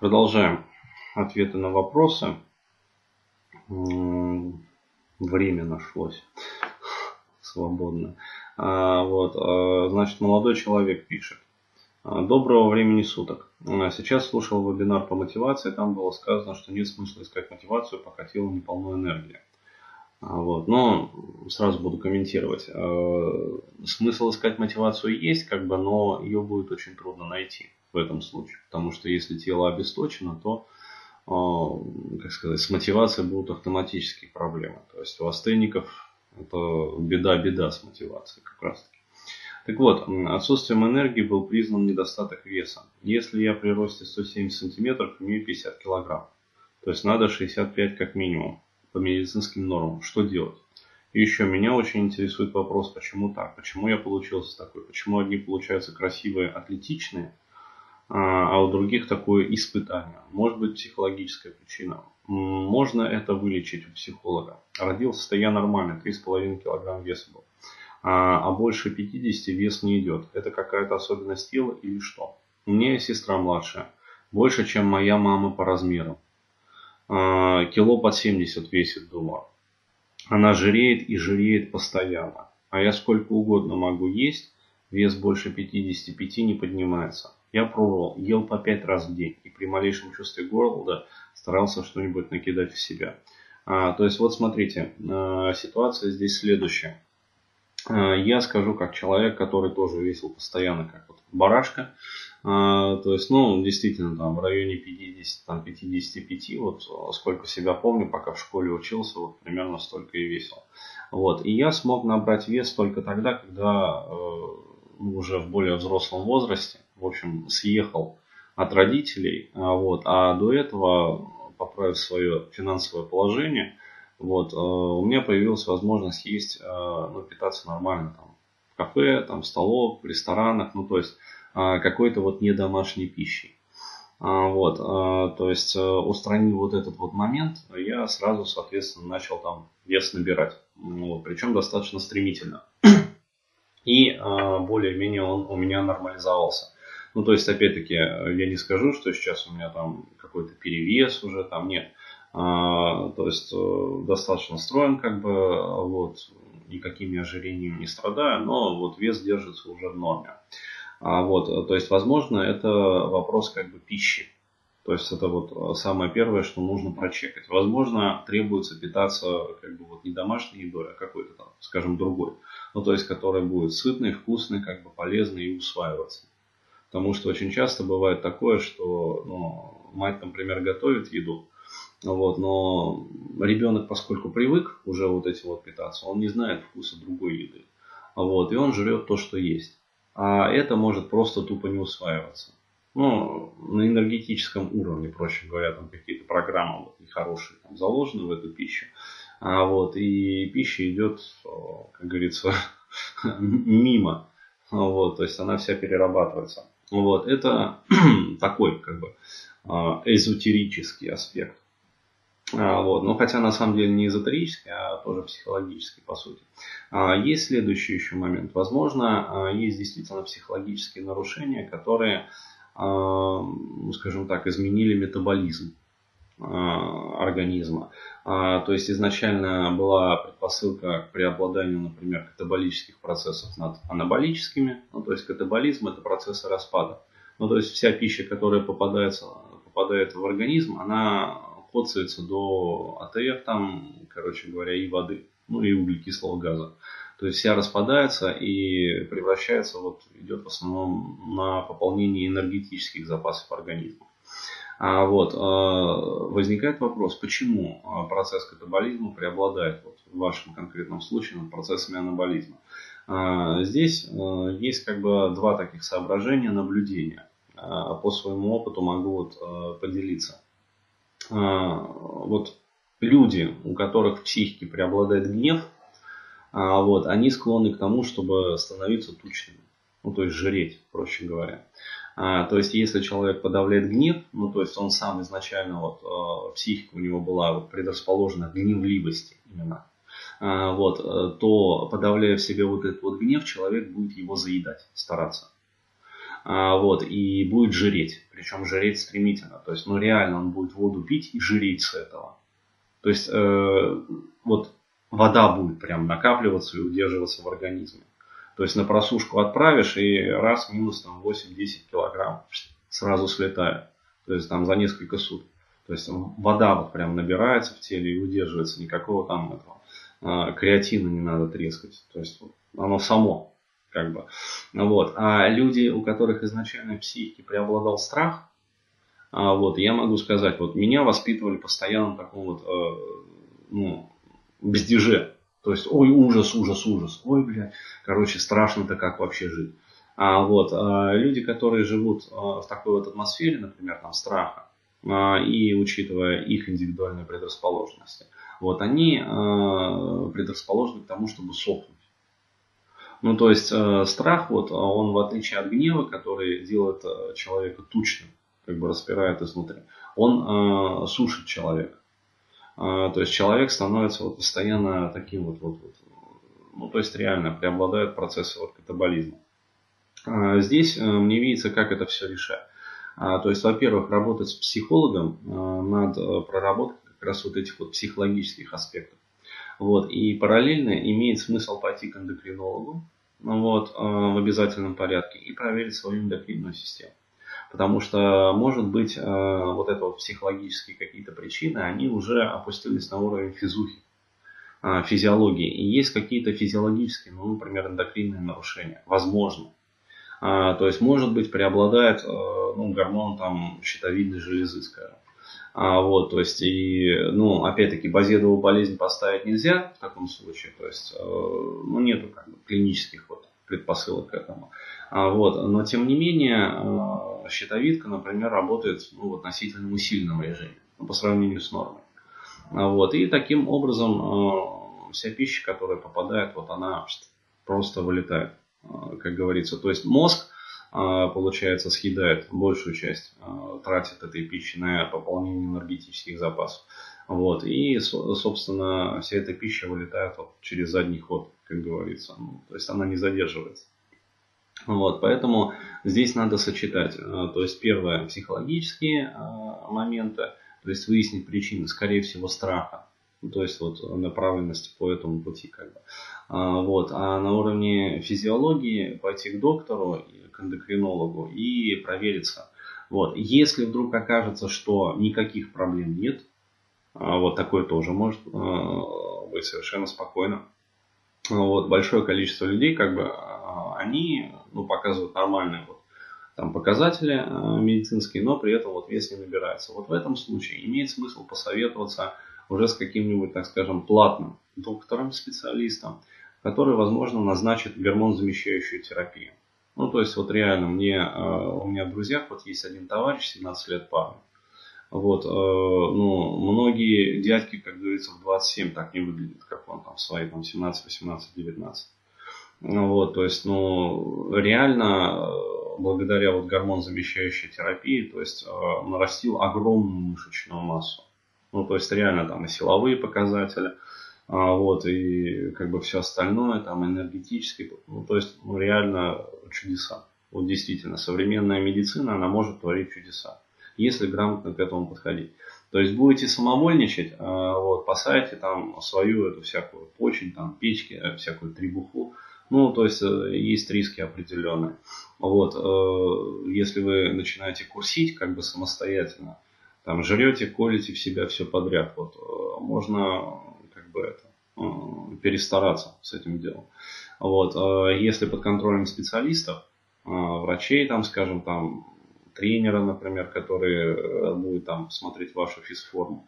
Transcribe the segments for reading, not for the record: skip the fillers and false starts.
Продолжаем ответы на вопросы. Время нашлось свободно. Значит, молодой человек пишет. Доброго времени суток. Сейчас слушал вебинар по мотивации. Там было сказано, что нет смысла искать мотивацию, пока тело не полно энергии. Но сразу буду комментировать. Смысл искать мотивацию есть, но ее будет очень трудно найти в этом случае. Потому что если тело обесточено, то с мотивацией будут автоматические проблемы. То есть у астеников это беда с мотивацией как раз таки. Так вот, отсутствием энергии был признан недостаток веса. Если я при росте 170 сантиметров имею 50 килограмм, то есть надо 65 как минимум по медицинским нормам. Что делать? И еще меня очень интересует вопрос, почему так? Почему я получился такой? Почему одни получаются красивые, атлетичные, а у других такое испытание? Может быть, психологическая причина. Можно это вылечить у психолога. Родился-то я нормальный, 3,5 килограмм веса был. А больше 50 вес не идет. Это какая-то особенность тела или что? У меня есть сестра младшая. Больше, чем моя мама по размеру. Кило под 70 весит дома. Она жиреет и жиреет постоянно. А я сколько угодно могу есть. Вес больше 55 не поднимается. Я пробовал, ел по 5 раз в день. И при малейшем чувстве голода старался что-нибудь накидать в себя. То есть вот смотрите, ситуация здесь следующая. Я скажу как человек, который тоже весил постоянно как вот барашка. То есть, действительно, там в районе 50, 55, вот сколько себя помню, пока в школе учился, вот примерно столько и весил. И я смог набрать вес только тогда, когда уже в более взрослом возрасте, в общем, съехал от родителей, а до этого, поправив свое финансовое положение, у меня появилась возможность есть, питаться нормально там, в кафе, там, в столовых, в ресторанах, то есть какой-то не домашней пищей. То есть устранив вот этот момент, я сразу, соответственно, начал там вес набирать. Причем достаточно стремительно. И более-менее он у меня нормализовался. То есть, опять-таки, я не скажу, что сейчас у меня там какой-то перевес уже, там нет. То есть, достаточно строен, никакими ожирениями не страдаю, но вес держится уже в норме. То есть, возможно, это вопрос пищи. То есть, это самое первое, что нужно прочекать. Возможно, требуется питаться не домашней едой, а какой-то там, скажем, другой. То есть, которая будет сытной, вкусной, полезной и усваиваться. Потому что очень часто бывает такое, что мать, например, готовит еду, но ребенок, поскольку привык уже эти питаться, он не знает вкуса другой еды. И он жрет то, что есть. А это может просто тупо не усваиваться. На энергетическом уровне, проще говоря, там какие-то программы нехорошие заложены в эту пищу. И пища идет, как говорится, мимо. То есть она вся перерабатывается. Это такой эзотерический аспект. Но хотя на самом деле не эзотерический, а тоже психологический по сути. Есть следующий еще момент. Возможно, есть действительно психологические нарушения, которые, скажем так, изменили метаболизм организма. То есть изначально была предпосылка к преобладанию, например, катаболических процессов над анаболическими. То есть катаболизм — это процессы распада. То есть вся пища, которая попадает в организм, она коцается до АТФ, и воды, и углекислого газа. То есть вся распадается и превращается, идет в основном на пополнение энергетических запасов организма. Возникает вопрос, почему процесс катаболизма преобладает в вашем конкретном случае над процессами анаболизма. Здесь есть два таких соображения, наблюдения. По своему опыту могу поделиться. Люди, у которых в психике преобладает гнев, они склонны к тому, чтобы становиться тучными. То есть жиреть, проще говоря. То есть, если человек подавляет гнев, то есть он сам изначально, психика у него была предрасположена к гневливости именно, то подавляя в себе этот гнев, человек будет его заедать, стараться. Вот, и будет жиреть, причем жиреть стремительно, то есть, ну, реально он будет воду пить и жиреть с этого. То есть, вот вода будет прям накапливаться и удерживаться в организме. То есть на просушку отправишь и раз минус там 8-10 килограмм сразу слетает. То есть там за несколько суток. То есть вода вот прям набирается в теле и удерживается. Никакого там этого креатина не надо трескать. То есть оно само как бы. Вот. А люди, у которых изначально в психике преобладал страх, вот, я могу сказать, вот меня воспитывали постоянно в таком вот, ну, бздеже. То есть, ой, ужас, ужас, ужас. Ой, блядь, короче, страшно-то как вообще жить. Люди, которые живут в такой вот атмосфере, например, там, страха, и учитывая их индивидуальные предрасположенности, вот, они предрасположены к тому, чтобы сохнуть. Ну, то есть, страх, вот, он в отличие от гнева, который делает человека тучным, как бы распирает изнутри, он сушит человека. То есть человек становится вот постоянно таким вот. Ну, то есть реально преобладают процессы вот катаболизма. Здесь мне видится, как это все решать. То есть, во-первых, работать с психологом над проработкой как раз вот этих вот психологических аспектов. Вот. И параллельно имеет смысл пойти к эндокринологу, вот, в обязательном порядке и проверить свою эндокринную систему. Потому что, может быть, вот это вот психологические какие-то причины, они уже опустились на уровень физухи, физиологии. И есть какие-то физиологические, ну, например, эндокринные нарушения. Возможно. То есть, может быть, преобладает гормон там, щитовидной железы, скажем. Вот, то есть, и, ну, опять-таки, базедовую болезнь поставить нельзя в таком случае. То есть, ну, нету как бы клинических вот предпосылок к этому. Вот, но, тем не менее, щитовидка, например, работает в относительно усиленном режиме по сравнению с нормой. Вот, и таким образом вся пища, которая попадает, вот она просто вылетает, как говорится. То есть мозг, получается, съедает большую часть, тратит этой пищи на пополнение энергетических запасов. Вот, и, собственно, вся эта пища вылетает вот через задний ход, как говорится. То есть она не задерживается. Вот, поэтому здесь надо сочетать. То есть первое, психологические моменты, то есть выяснить причины, скорее всего, страха. То есть вот направленность по этому пути как бы. Вот. А на уровне физиологии пойти к доктору, к эндокринологу и провериться. Вот. Если вдруг окажется, что никаких проблем нет, вот такое тоже может быть совершенно спокойно. Вот. Большое количество людей как бы они показывают нормальные вот, там, показатели медицинские, но при этом вот вес не набирается. Вот в этом случае имеет смысл посоветоваться уже с каким-нибудь, так скажем, платным доктором, специалистом, который, возможно, назначит гормонозамещающую терапию. Ну, то есть, вот реально, у меня в друзьях вот есть один товарищ, 17 лет парень. Вот, многие дядьки, как говорится, в 27 так не выглядят, как он там в свои там, 17, 18, 19. Вот, то есть, реально, благодаря вот гормонозамещающей терапии, то есть, нарастил огромную мышечную массу. Ну, то есть, реально там и силовые показатели, вот, и как бы все остальное, там, энергетически, то есть, реально чудеса. Вот действительно, современная медицина, она может творить чудеса, если грамотно к этому подходить. То есть, будете самовольничать, вот, посадите там свою эту всякую почень, там, печки, всякую требуху. То есть, есть риски определенные. Вот, если вы начинаете курсить как бы самостоятельно, там, жрете, колите в себя все подряд, вот, можно как бы перестараться с этим делом. Вот, если под контролем специалистов, врачей, там, скажем, там, тренера, например, который будет там смотреть вашу физформу,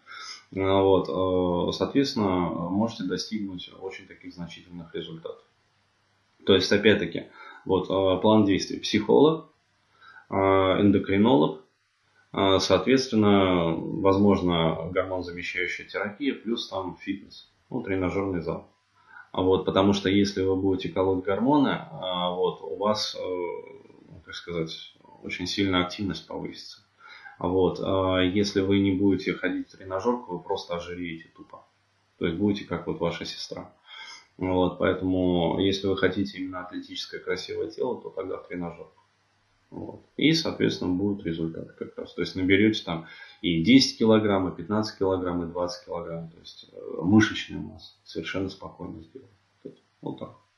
вот, соответственно, можете достигнуть очень таких значительных результатов. То есть, опять-таки, вот план действий. Психолог, эндокринолог, соответственно, возможно, гормонозамещающая терапия, плюс там фитнес, тренажерный зал. Вот, потому что если вы будете колоть гормоны, вот, у вас, как сказать, очень сильная активность повысится. Вот, если вы не будете ходить в тренажерку, вы просто ожиреете тупо. То есть будете как вот ваша сестра. Вот, поэтому, если вы хотите именно атлетическое красивое тело, то тогда в тренажерку. Вот. И, соответственно, будут результаты как раз. То есть наберете там и 10 килограмм, и 15 килограмм, и 20 килограмм. То есть мышечная масса совершенно спокойно сделать. Вот так.